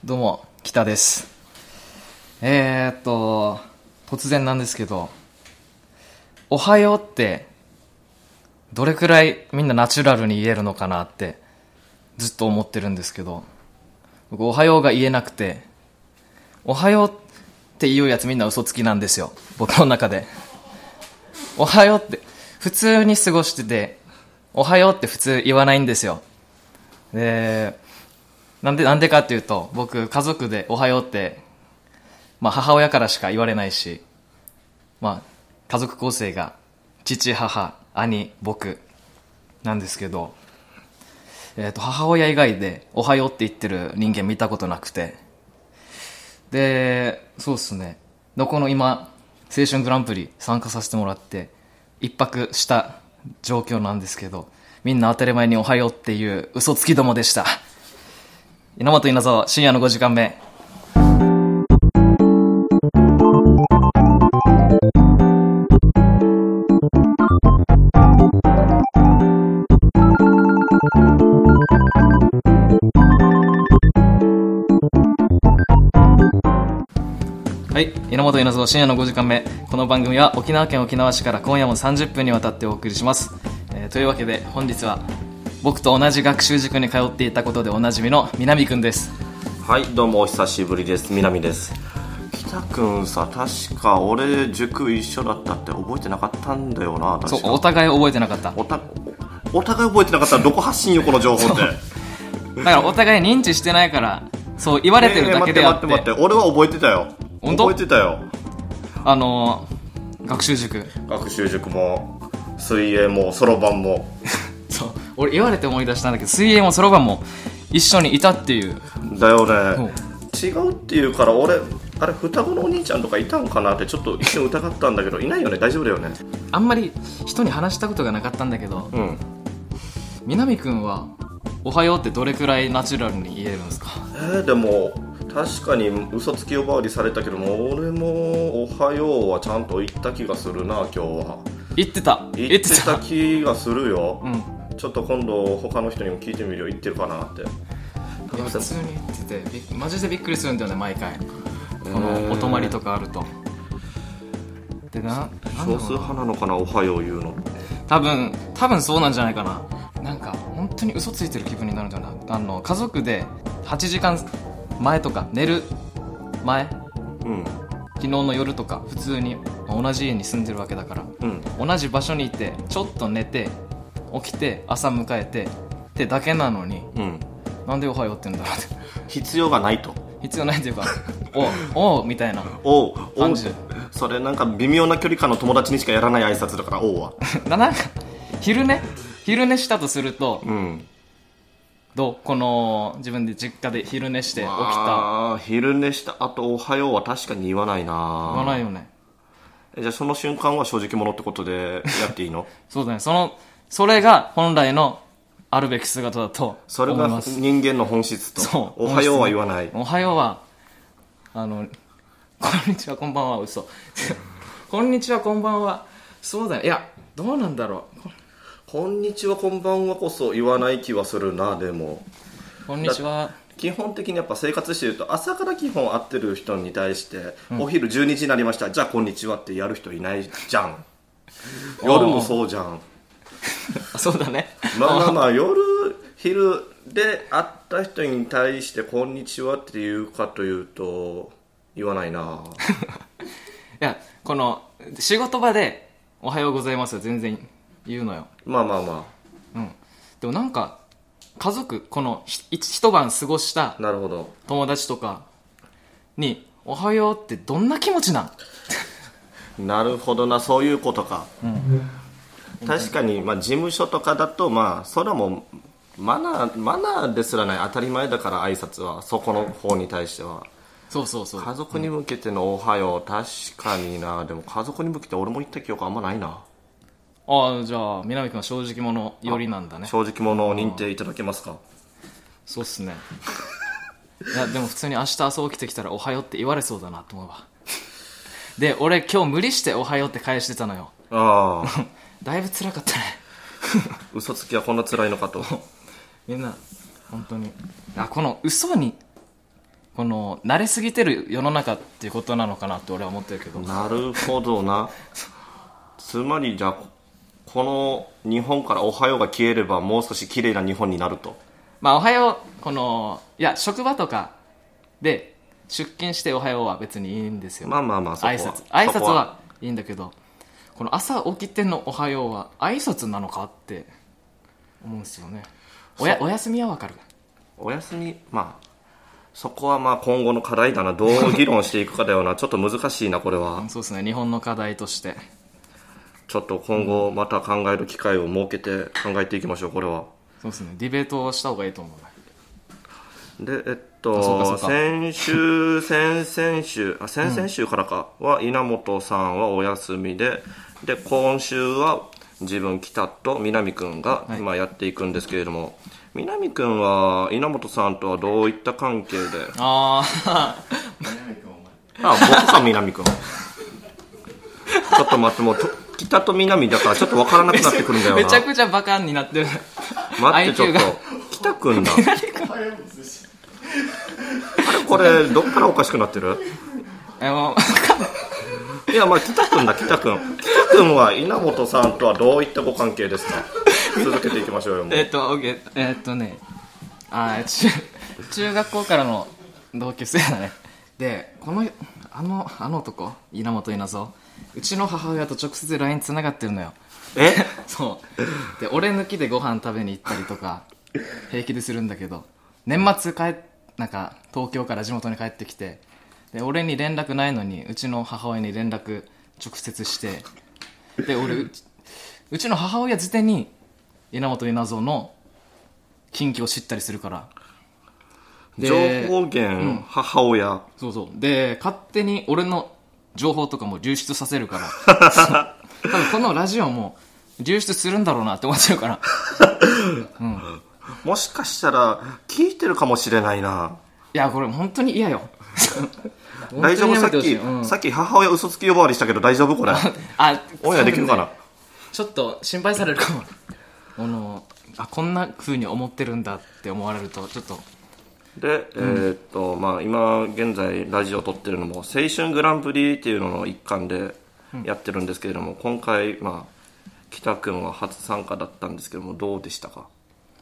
どうも、北です。突然なんですけど、おはようってどれくらいみんなナチュラルに言えるのかなってずっと思ってるんですけど、僕おはようが言えなくて、おはようって言うやつみんな嘘つきなんですよ、僕の中で。おはようって普通に過ごしてて、おはようって普通言わないんですよ。で、なんでかっていうと、僕家族でおはようって、母親からしか言われないし、家族構成が父、母、兄、僕なんですけど、母親以外でおはようって言ってる人間見たことなくて、で、そうっすね、この今青春グランプリ参加させてもらって一泊した状況なんですけど、みんな当たり前におはようっていう嘘つきどもでした。稲本稲造深夜の5時間目。はい、稲本稲造深夜の5時間目。この番組は沖縄県沖縄市から今夜も30分にわたってお送りします。というわけで本日は僕と同じ学習塾に通っていたことでおなじみの南くんです。 はい、どうもお久しぶりです。南です。北くんさ、確か俺塾一緒だったって覚えてなかったんだよな。確かそう、お互い覚えてなかった。 お互い覚えてなかったらどこ発信よこの情報って。 だからお互い認知してないからそう言われてるだけであって。 待って俺は覚えてたよ。 本当？ 覚えてたよ。 学習塾も水泳もそろばんもそう、俺言われて思い出したんだけど、水泳もそろばんも一緒にいたっていう。 だよね。違うっていうから俺あれ双子のお兄ちゃんとかいたんかなってちょっと一瞬疑ったんだけど、いないよね。大丈夫だよね。 あんまり人に話したことがなかったんだけど、南くんはおはようってどれくらいナチュラルに言えるんですか？ でも確かに嘘つき呼ばわりされたけども、俺もおはようはちゃんと言った気がするな。今日は言ってた気がするよ。ちょっと今度他の人にも聞いてみるよ。言ってるかなって。 普通に言っててマジでびっくりするんだよね、毎回。このお泊まりとかあると。で少数派なのかな、おはよう言うの。 多分そうなんじゃないかな。なんか本当に嘘ついてる気分になるんだよな。家族で8時間前とか寝る前、昨日の夜とか普通に同じ家に住んでるわけだから、同じ場所にいてちょっと寝て起きて朝迎えてってだけなのに、なんでおはようって言うんだろうって。 必要がないというかおうみたいな感じ。 それなんか微妙な距離感の友達にしかやらない挨拶だから、おうはなんか昼寝したとすると、どう？この自分で実家で昼寝して起きた。 昼寝した後おはようは確かに言わないな。 言わないよね。 じゃあその瞬間は正直者ってことでやっていいの？ そうだね。それが本来のあるべき姿だと思います。 それが人間の本質と。そう、おはようは言わない。 おはようはこんにちはこんばんは嘘こんにちはこんばんは、そうだよ。いや、どうなんだろう。 こんにちはこんばんはこそ言わない気はするな。でもこんにちは基本的にやっぱ生活してると朝から基本会ってる人に対して、お昼12時になりましたじゃあこんにちはってやる人いないじゃん。夜もそうじゃん。 そうだね。 夜昼で会った人に対してこんにちはって言うかというと言わないな。 いや、この仕事場でおはようございますは全然言うのよ。でもなんか家族、この一晩過ごした友達とかにおはようってどんな気持ちなんなるほどな、そういうことか。確かに、事務所とかだとそれはもうマナーですらない当たり前だから、挨拶はそこの方に対しては。 そう家族に向けてのおはよう、確かにな。でも家族に向けて俺も言った記憶あんまないな。 じゃあ南君は正直者よりなんだね。 正直者を認定いただけますか？ そうっすね。いやでも普通に明日朝起きてきたらおはようって言われそうだなと思うわ。で俺今日無理しておはようって返してたのよ。だいぶ辛かったね。 嘘つきはこんな辛いのかと。 みんな本当にこの嘘にこの慣れすぎてる世の中っていうことなのかなって俺は思ってるけど。 なるほどな。つまりじゃあこの日本からおはようが消えればもう少し綺麗な日本になると。 まあおはよう、いや職場とかで出勤しておはようは別にいいんですよ。 まあまあまあ、そこは挨拶はいいんだけど、この朝起きてのおはようは挨拶なのかって思うんですよね。お休みはわかる。 お休み、まあそこはまあ今後の課題だな。どう議論していくかだよな。ちょっと難しいなこれは。 そうですね、日本の課題としてちょっと今後また考える機会を設けて考えていきましょう。これはそうですね、ディベートをした方がいいと思う。 でそうか先々週からかは稲本さんはお休みで今週は自分北と南くんが今やっていくんですけれども、南くんは稲本さんとはどういった関係で。僕か南くんちょっと待って、もう北と南だからちょっと分からなくなってくるんだよな。 めちゃくちゃバカになってる。 待ってちょっと北くんだあれこれどっからおかしくなってる。いやまあ北くんは稲本さんとはどういったご関係ですか。続けていきましょうよ。もう中学校からの同級生だね。であの男稲本稲造、うちの母親と直接 LINE つながってるのよ。そうで俺抜きでご飯食べに行ったりとか平気でするんだけど、年末なんか東京から地元に帰ってきて、で俺に連絡ないのにうちの母親に連絡直接して、でうちの母親づてに稲本稲造の近況を知ったりするから。 情報源、母親。 そうで勝手に俺の情報とかも流出させるから多分このラジオも流出するんだろうなって思っちゃうからもしかしたら聞いてるかもしれないな。 いやこれ本当に嫌よ大丈夫。さっき母親嘘つき呼ばわりしたけど大丈夫これ。オンエアできるかな。 ちょっと心配されるかも。こんな風に思ってるんだって思われるとちょっと。 で、まあ今現在ラジオを撮ってるのも青春グランプリっていうのの一環でやってるんですけれども、今回まあ北くんは初参加だったんですけども、どうでしたか。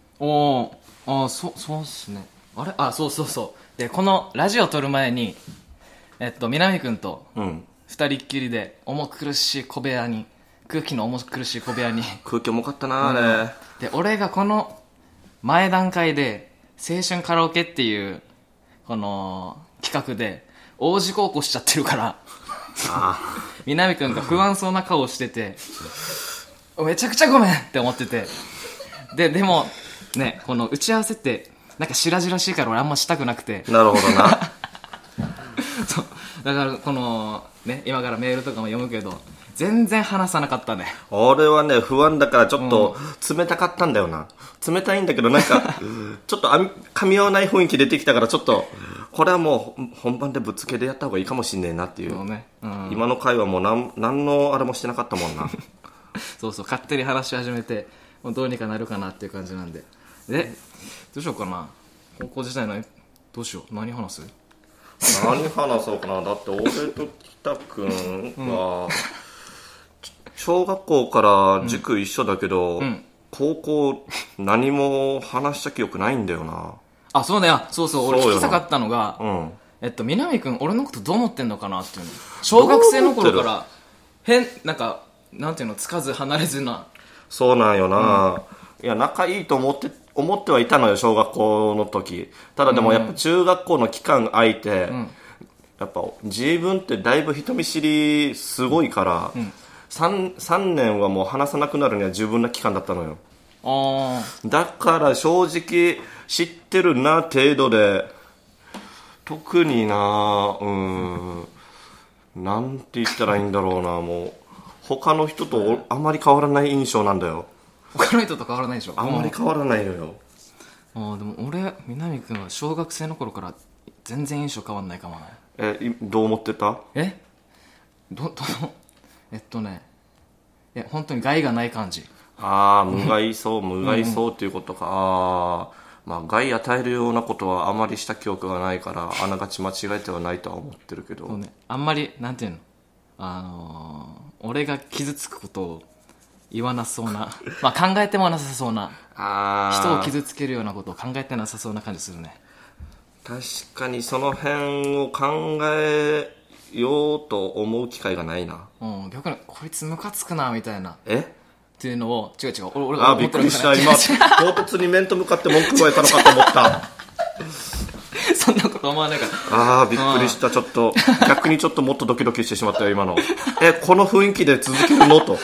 そうっすね。そうでこのラジオ撮る前に南くんと二人っきりで重苦しい小部屋に、空気の重苦しい小部屋に空気重かったなあれ。 で俺がこの前段階で青春カラオケっていうこの企画で大事故起こしちゃってるから南くんが不安そうな顔をしててめちゃくちゃごめんって思ってて、でもね、この打ち合わせってなんか白々しいから俺あんましたくなくて。 なるほどなそうだからこのね、今からメールとかも読むけど全然話さなかったね。 俺はね不安だからちょっと冷たかったんだよな。冷たいんだけどなんかちょっと噛み合わない雰囲気出てきたから、ちょっとこれはもう本番でぶっつけでやった方がいいかもしんねえなっていう、ね、今の回はもう何のあれもしてなかったもんなそう勝手に話し始めてもうどうにかなるかなっていう感じなんで。どうしようかな。高校時代のどうしよう、何話す何話そうかな。だって俺と北くんは小学校から塾一緒だけど、高校何も話した記憶ないんだよな。 そうだよ。そう俺聞きたかったのが、南くん俺のことどう思ってんのかなっていうの。小学生の頃からなんていうの、つかず離れずな。 そうなんよな、いや仲いいと思ってはいたのよ小学校の時。ただでもやっぱ中学校の期間空いて、やっぱ自分ってだいぶ人見知りすごいから、3年はもう話さなくなるには十分な期間だったのよ。だから正直知ってるな程度で、特になんて言ったらいいんだろうな、もう他の人とあまり変わらない印象なんだよ。 他の人と変わらないでしょ。 あんまり変わらないのよ。 でも俺南くんは小学生の頃から全然印象変わんないかもね。 どう思ってた？ 本当に害がない感じ。 無害そうっていうことか。 まあ害与えるようなことはあまりした記憶がないからあながち間違えてはないとは思ってるけど、 そうね、あんまりなんていうの、俺が傷つくことを言わなそうなまあ考えてもなさそうな、人を傷つけるようなことを考えてなさそうな感じするね。 確かにその辺を考えようと思う機会がないな。 逆にこいつムカつくなみたいなっていうのを違う俺がびっくりした。今唐突に面と向かって文句言われたのかと思ったそんなこと思わないから。 びっくりした。ちょっと逆にちょっともっとドキドキしてしまったよ今のこの雰囲気で続けるのと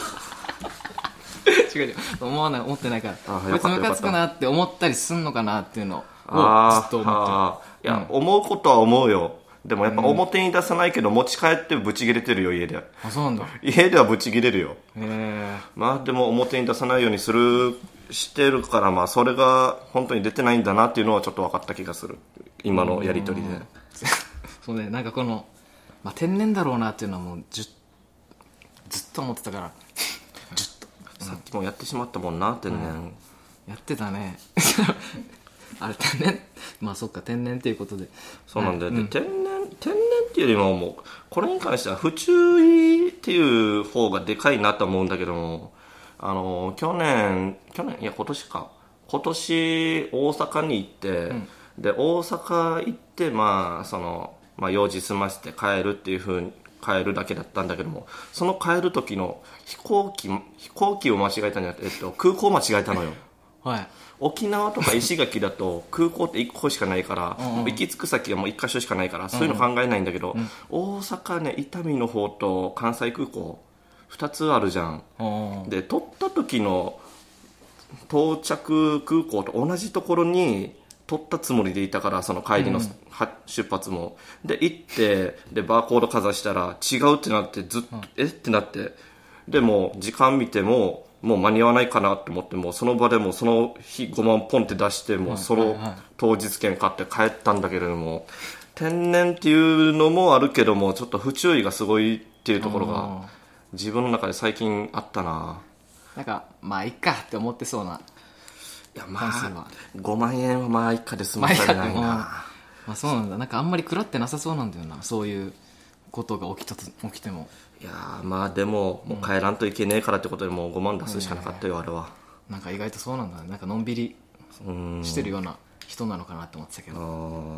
違う思ってないから、こいつムカつくなって思ったりすんのかなっていうのをずっと思ってる。 思うことは思うよ。でもやっぱ表に出さないけど持ち帰ってブチ切れてるよ家で。 そうなんだ。 家ではブチ切れるよ。まあでも表に出さないようにしてるから、まあそれが本当に出てないんだなっていうのはちょっと分かった気がする今のやり取りで。 そうね、なんかこの、まあ、天然だろうなっていうのはもうずっと思ってたからさっきもやってしまったもんな天然、 やってたねあれ天然、まあそっか天然っていうことでそうなんだよ、で天然っていうよりももうこれに関しては不注意っていう方がでかいなと思うんだけども、去年いや今年大阪に行って、で大阪行ってまあ用事済ませて帰るっていう風に帰るだけだったんだけども、その帰る時の飛行機を間違えたんじゃなくて、空港を間違えたのよ。 はい。 沖縄とか石垣だと空港って1個しかないから行き着く先がもう1カ所しかないからそういうの考えないんだけど、大阪ね伊丹の方と関西空港2つあるじゃん。で取った時の到着空港と同じところに取ったつもりでいたから、その帰りの出発もで行ってでバーコードかざしたら違うってなってずっとってなって、でも時間見てももう間に合わないかなと思って、もうその場でもその日5万ポンって出してもうその当日券買って帰ったんだけれども、天然っていうのもあるけどもちょっと不注意がすごいっていうところが自分の中で最近あったな。 なんかまあいっかって思ってそうな。 いやまあ5万円はまあ一家で済まされないな。 まあそうなんだ。なんかあんまり食らってなさそうなんだよな、そういうことが起きても。 いやまあでももう帰らんといけねえからってことでもう5万出すしかなかったよ、あれは。なんか意外とそうなんだね。なんかのんびりしてるような人なのかなって思ってたけど。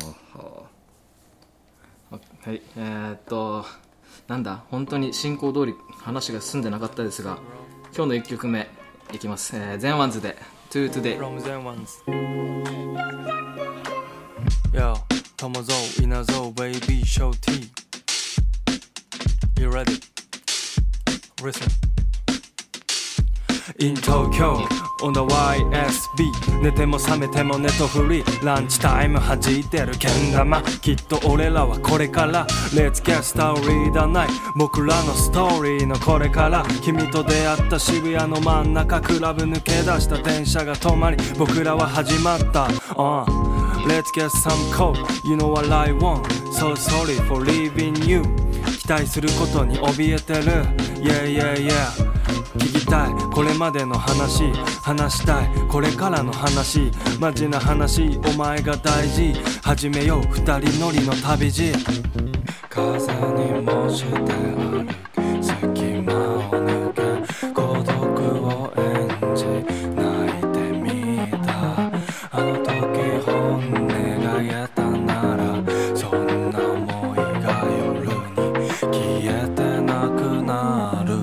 はい、なんだ本当に進行通り話が進んでなかったですが、今日の1曲目いきます。ゼンワンズで To Today。 Yo 友蔵稲造 Baby Show T You ready? Listen In Tokyo on the YSB 寝ても覚めてもネトフリランチタイム弾いてるけん玉、きっと俺らはこれから Let's get startedだない僕らのストーリーのこれから、君と出会った渋谷の真ん中クラブ抜け出した電車が止まり僕らは始まった、Let's get some coke You know what I want So sorry for leaving you 期待することに怯えてる Yeah yeah yeah聞きたいこれまでの話したいこれからの話マジな話お前が大事始めよう二人乗りの旅路風にもして歩く隙間を抜け孤独を演じ泣いてみたあの時本音が言えたならそんな思いが夜に消えてなくなる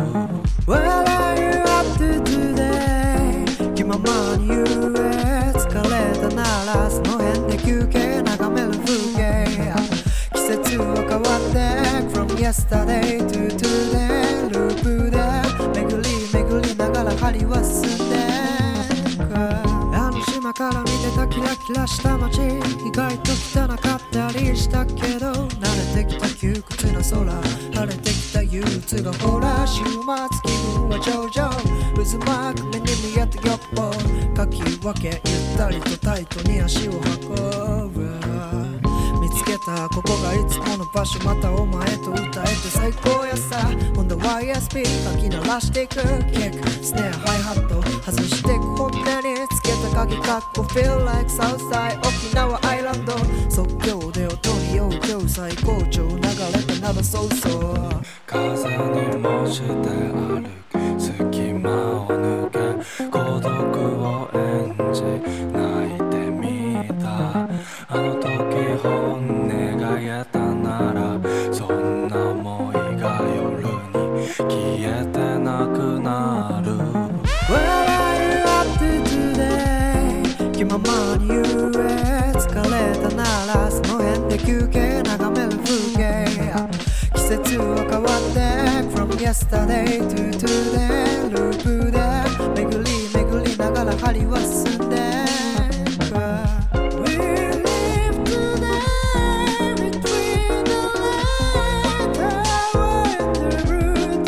気ままに言え疲れたならその辺で休憩眺める風景季節は変わって From yesterday to today ループで巡りながら針は進んでくあの島から見てたキラキラした街意外と汚かったりしたけど慣れてきた窮屈な空晴れてきた憂鬱がほら週末気分は上々渦巻く目に見えたよっぽかき分けゆったりとタイトに足を運ぶ見つけたここがいつもの場所またお前と歌えて最高やさ On the YSP かき鳴らしていくキックスネアハイハット外していく本音につけた鍵かっこ Feel like Southside 沖縄アイランド即興で踊りよう今日最高潮流れてなばそうそう風にもして歩く隙間を抜け孤独を演じ泣いてみたあの時本音が言えたならそんな思いが夜に消えてなくなる What are you up to today 気ままに言え疲れたならその辺で休憩眺める風景季節は変わって From yesterday to today ループで巡り巡りながら針は進んでく We live today between the letter and the root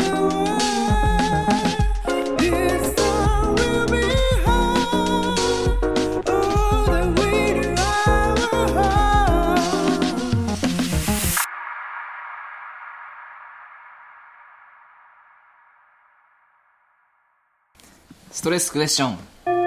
of This song will be hard all the way to our heart ストレスクエスチョン。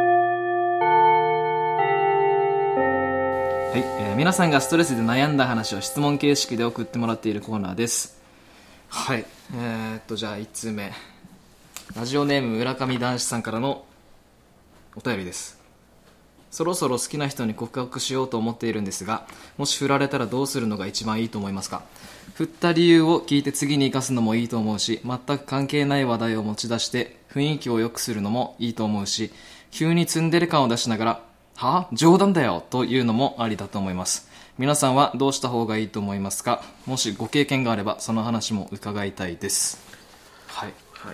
はい、皆さんがストレスで悩んだ話を質問形式で送ってもらっているコーナーです。はい、じゃあ1通目、ラジオネーム村上男子さんからのお便りです。そろそろ好きな人に告白しようと思っているんですが、もし振られたらどうするのが一番いいと思いますか？振った理由を聞いて次に生かすのもいいと思うし、全く関係ない話題を持ち出して雰囲気を良くするのもいいと思うし、急にツンデレ感を出しながらはぁ冗談だよというのもありだと思います。皆さんはどうした方がいいと思いますか？もしご経験があればその話も伺いたいです。はい、 はい、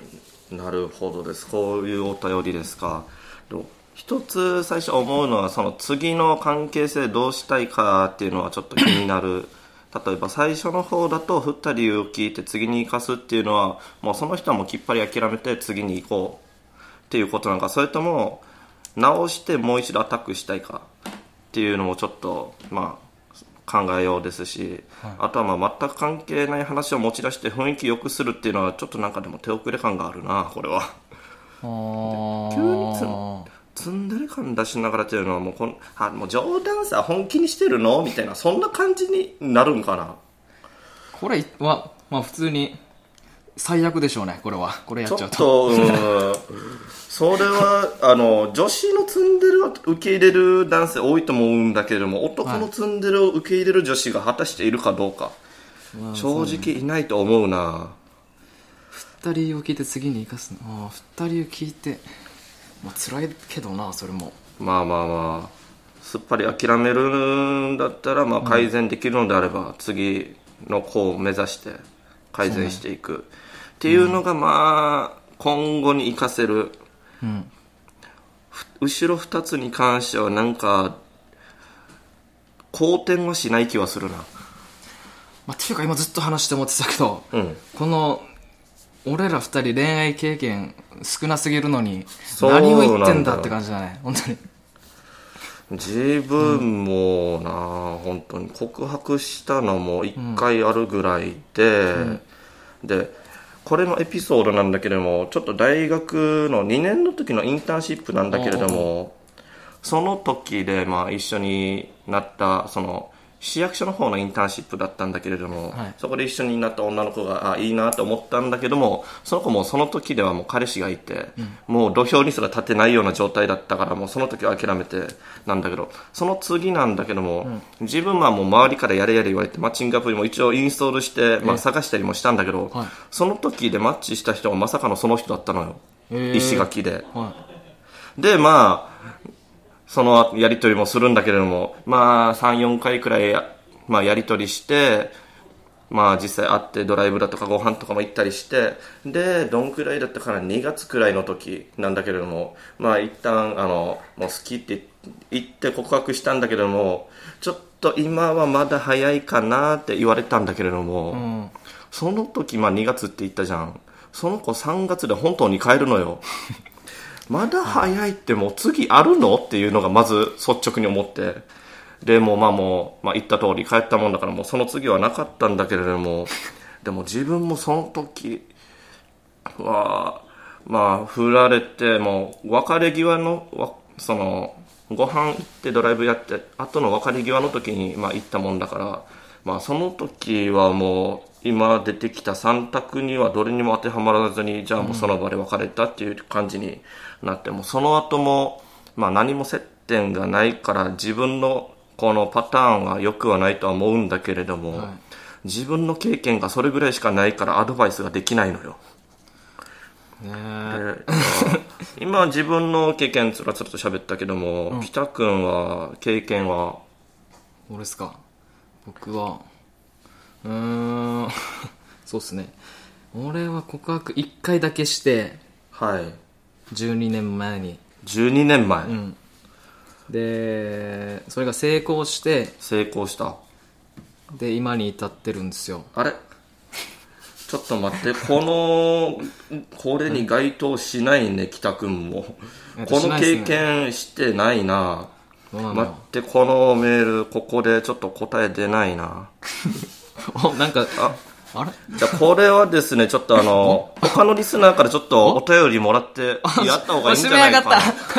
なるほどです。こういうお便りですか。一つ最初思うのはその次の関係性どうしたいかっていうのはちょっと気になる例えば最初の方だと振った理由を聞いて次に生かすっていうのはもうその人はもうきっぱり諦めて次に行こうっていうことなのか、それとも直してもう一度アタックしたいかっていうのもちょっとまあ考えようですし、はい、あとはまあ全く関係ない話を持ち出して雰囲気良くするっていうのはちょっとなんかでも手遅れ感があるなこれは。急にツンデレ感出しながらっていうのはもうもう冗談さ本気にしてるのみたいなそんな感じになるんかな。 これはまあ普通に最悪でしょうね。これやっちゃうとちょっとそれは女子のツンデレを受け入れる男性多いと思うんだけれども、男のツンデレを受け入れる女子が果たしているかどうか、はい、正直いないと思うな。 振った理由を聞いて次に生かすの。振った理由聞いてまあ辛いけどな。それもまあすっぱり諦めるんだったら、まあ、改善できるのであれば、次の子を目指して改善していくっていうのが、まあ今後に生かせる、後ろ2つに関してはなんか好転はしない気はするな。 っていうか今ずっと話して思ってたけど、この俺ら2人恋愛経験少なすぎるのに何を言ってんだって感じだね本当に。 自分もな、本当に告白したのも1回あるぐらいで、でこれのエピソードなんだけれども、ちょっと大学の2年の時のインターンシップなんだけれども、その時でまあ一緒になったその市役所の方のインターンシップだったんだけれども、そこで一緒になった女の子がいいなと思ったんだけども、その子もその時ではもう彼氏がいて、もう土俵にすら立てないような状態だったから、もうその時は諦めてなんだけど、その次なんだけども、自分はもう周りからやれやれ言われてマッチングアプリも一応インストールして、探したりもしたんだけど、その時でマッチした人がまさかのその人だったのよ、石垣で、でまあそのやり取りもするんだけれども、まあ 3,4 回くらい やり取りして、まあ実際会ってドライブだとかご飯とかも行ったりして、でどんくらいだったかな、2月くらいの時なんだけれども、まあ一旦もう好きって言って告白したんだけれども、ちょっと今はまだ早いかなって言われたんだけれども、その時まあ2月って言ったじゃん。その子3月で本当に帰るのよまだ早いってもう次あるのっていうのがまず率直に思って、でもう言った通り帰ったもんだから、もうその次はなかったんだけれども、でも自分もその時はまあ振られて、もう別れ際のそのご飯行ってドライブやって後の別れ際の時に、行ったもんだから、その時はもう今出てきた3択にはどれにも当てはまらずに、じゃあもうその場で別れたっていう感じになって、もその後も、何も接点がないから自分のこのパターンは良くはないとは思うんだけれども、自分の経験がそれぐらいしかないからアドバイスができないのよ。今自分の経験つらつらと喋ったけども、北くんは経験は？ 俺ですか。僕はそうっすね。俺は告白1回だけして、 はい。 12年前に。 12年前。 で、それが成功して。 成功した。 で、今に至ってるんですよ。 あれちょっと待って、これに該当しないね、北くんも。この経験してないな。待って、このメール、ここでちょっと答え出ないな。 なんか、あれじゃあこれはですね、ちょっと他のリスナーからちょっとお便りもらってやった方がいいんじゃないかな。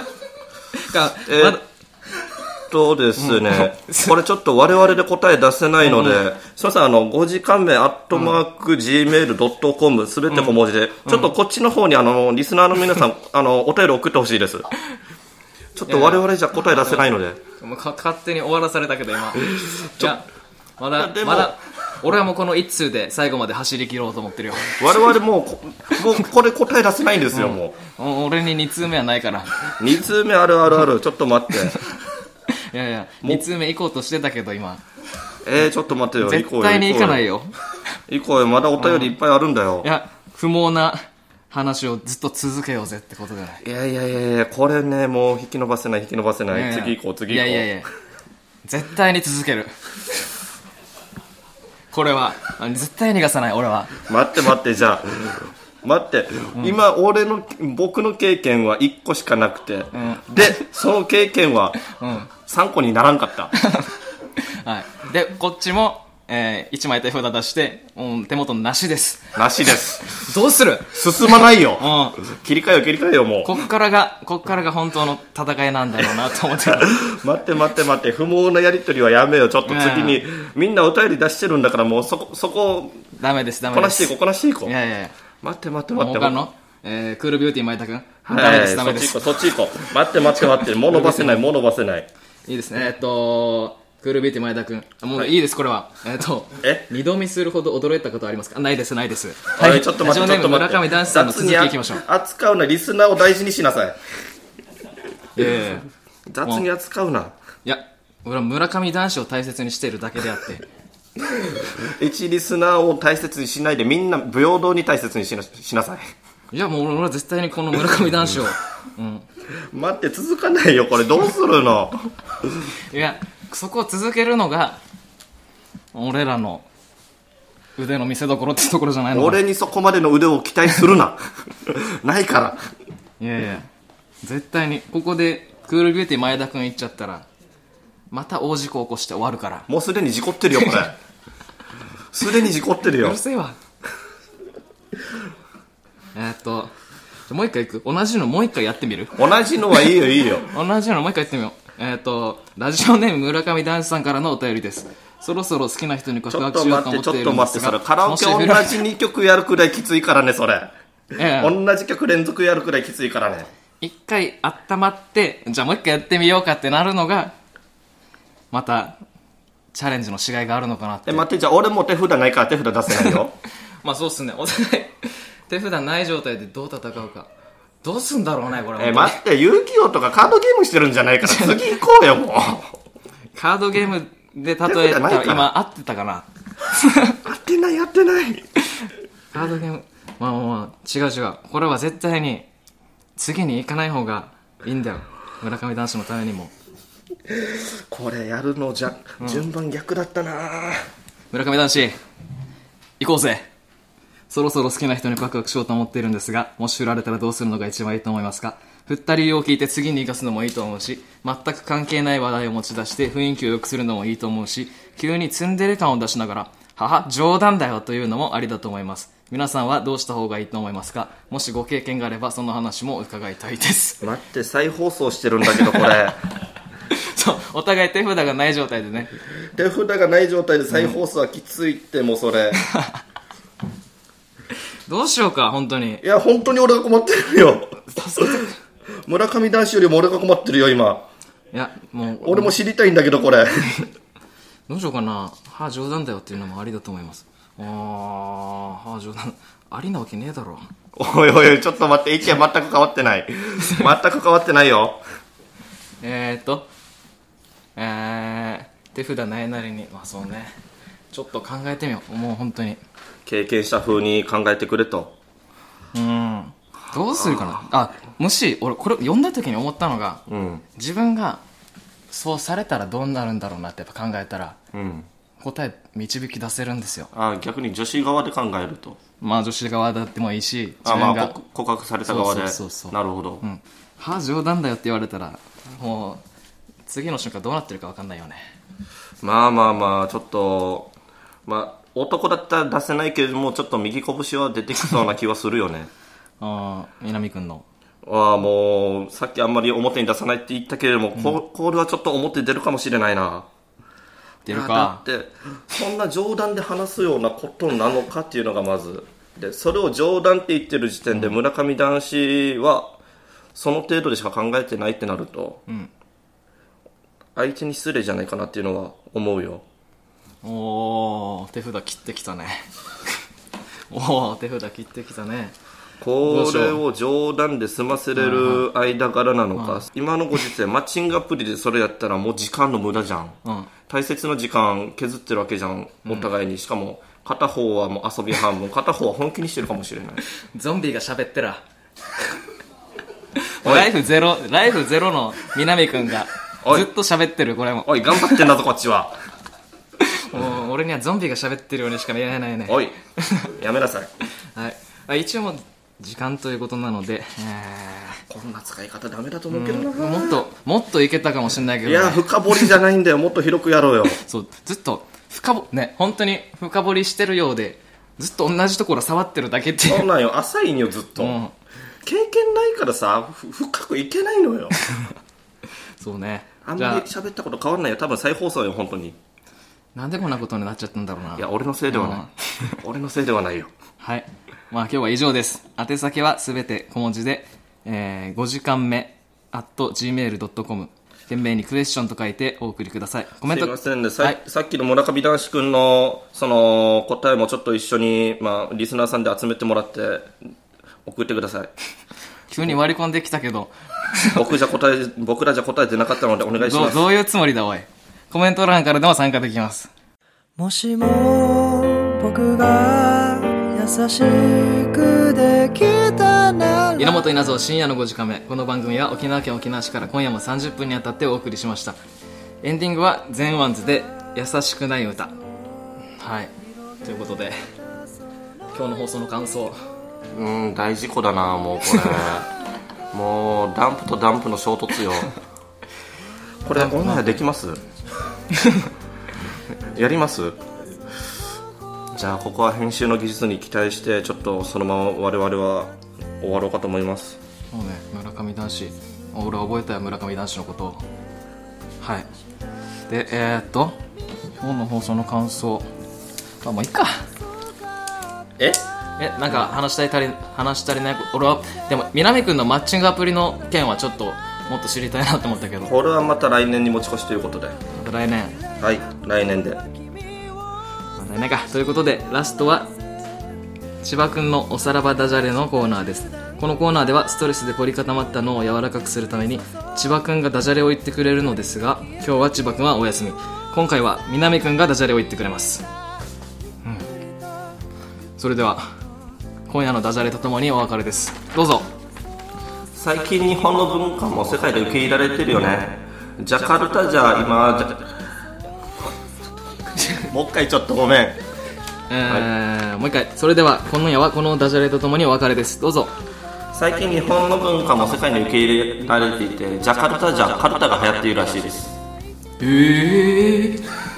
ですね、これちょっと我々で答え出せないので、すいません、5時間目@gmail.com すべて小文字で、ちょっとこっちの方にリスナーの皆さん、お便り送ってほしいです。ちょっと我々じゃ答え出せないので。 勝手に終わらされたけど今。じゃまだ、俺はもうこの1通で最後まで走り切ろうと思ってるよ。 我々もうこれ答え出せないんですよ、もう。俺に2通目はないから。 2通目あるあるある、ちょっと待って。 いや2通目行こうとしてたけど今。 ちょっと待ってよ。 絶対に行かないよ。 行こうよ、まだお便りいっぱいあるんだよ。 いや、不毛な話をずっと続けようぜってことじゃない。 いや、これね、もう引き伸ばせない。次行こう。いや、絶対に続ける。これは絶対逃がさない。俺は。 待ってじゃあ待って、今僕の経験は1個しかなくて、でその経験は3個にならんかった。 はい。でこっちも1枚手札出して、手元なしです。 なしです。 どうする？ 進まないよ。切り替えよもう。 こっからが本当の戦いなんだろうなと思ってる。 待って不毛なやり取りはやめよ。ちょっと次に、みんなお便り出してるんだから、もうそこダメです。 こなしていこう。 いや待って。 他のクールビューティー前田くん、 ダメです。そっち行こう。待って。もう伸ばせない。 いいですね。クールビューティー前田くん、もういいです。これは二度見するほど驚いたことありますか？ないです。はい、 ちょっと待って。 村上男子さんの続きいきましょう。 扱うな、リスナーを大事にしなさい。雑に扱うな。 いや、俺は村上男子を大切にしているだけであって一リスナーを大切にしないで、みんな平等に大切にしなさい。 いや、もう俺は絶対にこの村上男子を待って、続かないよ。これどうするの？ いや、そこを続けるのが俺らの腕の見せ所ってところじゃないのか。 俺にそこまでの腕を期待するな。ないから。 いや絶対にここでクールビューティー前田くん行っちゃったらまた大事故起こして終わるから。 もうすでに事故ってるよ、これ。すでに事故ってるよ。 うるせえわ。もう一回行く。同じのもう一回やってみる？ 同じのはいいよ。 同じのもう一回やってみよう。ラジオネーム村上男子さんからのお便りです。そろそろ好きな人に告白しようと思っているんですが。 それカラオケ同じ2曲やるくらいきついからね、それ。同じ曲連続やるくらいきついからね。 一回温まって、じゃあもう一回やってみようかってなるのがまたチャレンジのしがいがあるのかなって。 待って、じゃあ俺も手札ないから手札出せないよ。 そうっすね。お互い手札ない状態でどう戦うか。どうすんだろうね、これ。 待って、遊戯王とかカードゲームしてるんじゃないから次行こうよ、もう。 カードゲームで例えたら今合ってたかな。 合ってない。 カードゲーム、違う。これは絶対に次に行かない方がいいんだよ。村上男子のためにも。 これやるのじゃ、順番逆だったな。 村上男子行こうぜ。そろそろ好きな人に告白しようと思っているんですが、もし振られたらどうするのが一番いいと思いますか？振った理由を聞いて次に生かすのもいいと思うし、全く関係ない話題を持ち出して雰囲気を良くするのもいいと思うし、急にツンデレ感を出しながら冗談だよというのもありだと思います。皆さんはどうした方がいいと思いますか？もしご経験があればその話も伺いたいです。 待って、再放送してるんだけどこれ。 そうお互い手札がない状態でね。 手札がない状態で再放送はきついってもうそれどうしようか本当に。 いや本当に俺が困ってるよ村上男子よりも俺が困ってるよ今。 いやもう俺も知りたいんだけどこれどうしようかな。冗談だよっていうのもありだと思います。冗談ありなわけねえだろ。 おいおいちょっと待って、意見全く変わってない全く変わってないよ。 手札ないなりにそうね、ちょっと考えてみよう。もう本当に経験した風に考えてくれと。 どうするかな。もし俺これ読んだ時に思ったのが、自分がそうされたらどうなるんだろうなってやっぱ考えたら、答え導き出せるんですよ。 逆に女子側で考えると。 女子側だってもいいし、自分が告白された側で。 そうなるほど。 冗談だよって言われたらもう次の瞬間どうなってるか分かんないよね。 ちょっと男だったら出せないけれどもちょっと右拳は出てきそうな気はするよね南くんのもうさっきあんまり表に出さないって言ったけれども、これはちょっと表に出るかもしれないな。 出るか。 だってそんな冗談で話すようなことなのかっていうのがまずで、それを冗談って言ってる時点で村上男子はその程度でしか考えてないってなると、相手に失礼じゃないかなっていうのは思うよ。 手札切ってきたね手札切ってきたね。 これを冗談で済ませれる間柄なのか、今のご時世マッチングアプリでそれやったらもう時間の無駄じゃん、大切な時間削ってるわけじゃんお互いに。しかも片方はもう遊び半分、片方は本気にしてるかもしれない。 ゾンビが喋ってらライフゼロの南くんがずっと喋ってる。これもおい頑張ってんだぞこっちはもう俺にはゾンビが喋ってるようにしか見えないね。 おいやめなさいはい、一応もう時間ということなので、 こんな使い方ダメだと思うけどな。 もっといけたかもしれないけど、 いや深掘りじゃないんだよもっと広くやろうよそうずっと本当に深掘りしてるようでずっと同じところ触ってるだけっていう。 そうなんよ、浅いんよずっと、経験ないからさ深くいけないのよそうね。 あんまり喋ったこと変わんないよ。多分再放送よ本当に。 なんでこんなことになっちゃったんだろうな。 いや俺のせいではない俺のせいではないよ。 はい、今日は以上です。宛先はすべて小文字で、5時間目 @gmail.com、 懸命にクエスチョンと書いてお送りください。コメントすいませんね、さっきの村上男子くんのその答えもちょっと一緒に、リスナーさんで集めてもらって送ってください急に割り込んできたけど僕らじゃ答えてなかったのでお願いします。 どういうつもりだおい。コメント欄からでも参加できます。 もしも僕が優しくできたなら。 稲本稲造深夜の5時間目。この番組は沖縄県沖縄市から今夜も30分にあたってお送りしました。エンディングはゼンワンズで優しくない歌。はいということで今日の放送の感想。 大事故だなもうこれもうダンプとダンプの衝突よこれオンエアできますやります。じゃあここは編集の技術に期待してちょっとそのまま我々は終わろうかと思います。 そうね、村上男子俺は覚えたよ村上男子のことを。はいで今日の放送の感想もういいか。なんか話したりない。俺はでも南くんのマッチングアプリの件はちょっともっと知りたいなと思ったけど、 これはまた来年に持ち越しということで。 また来年。 はい来年で。 来年か。ということでラストは千葉くんのおさらばダジャレのコーナーです。このコーナーではストレスで凝り固まった脳を柔らかくするために千葉くんがダジャレを言ってくれるのですが、今日は千葉くんはお休み。今回は南くんがダジャレを言ってくれます。それでは今夜のダジャレとともにお別れです。どうぞ。 最近日本の文化も世界で受け入れられてるよね。ジャカルタじゃ今もう一回ちょっとごめん、 もう一回。それでは今夜はこのダジャレとともにお別れです。どうぞ。 最近日本の文化も世界に受け入れられていて、ジャカルタじゃカルタが流行っているらしいです。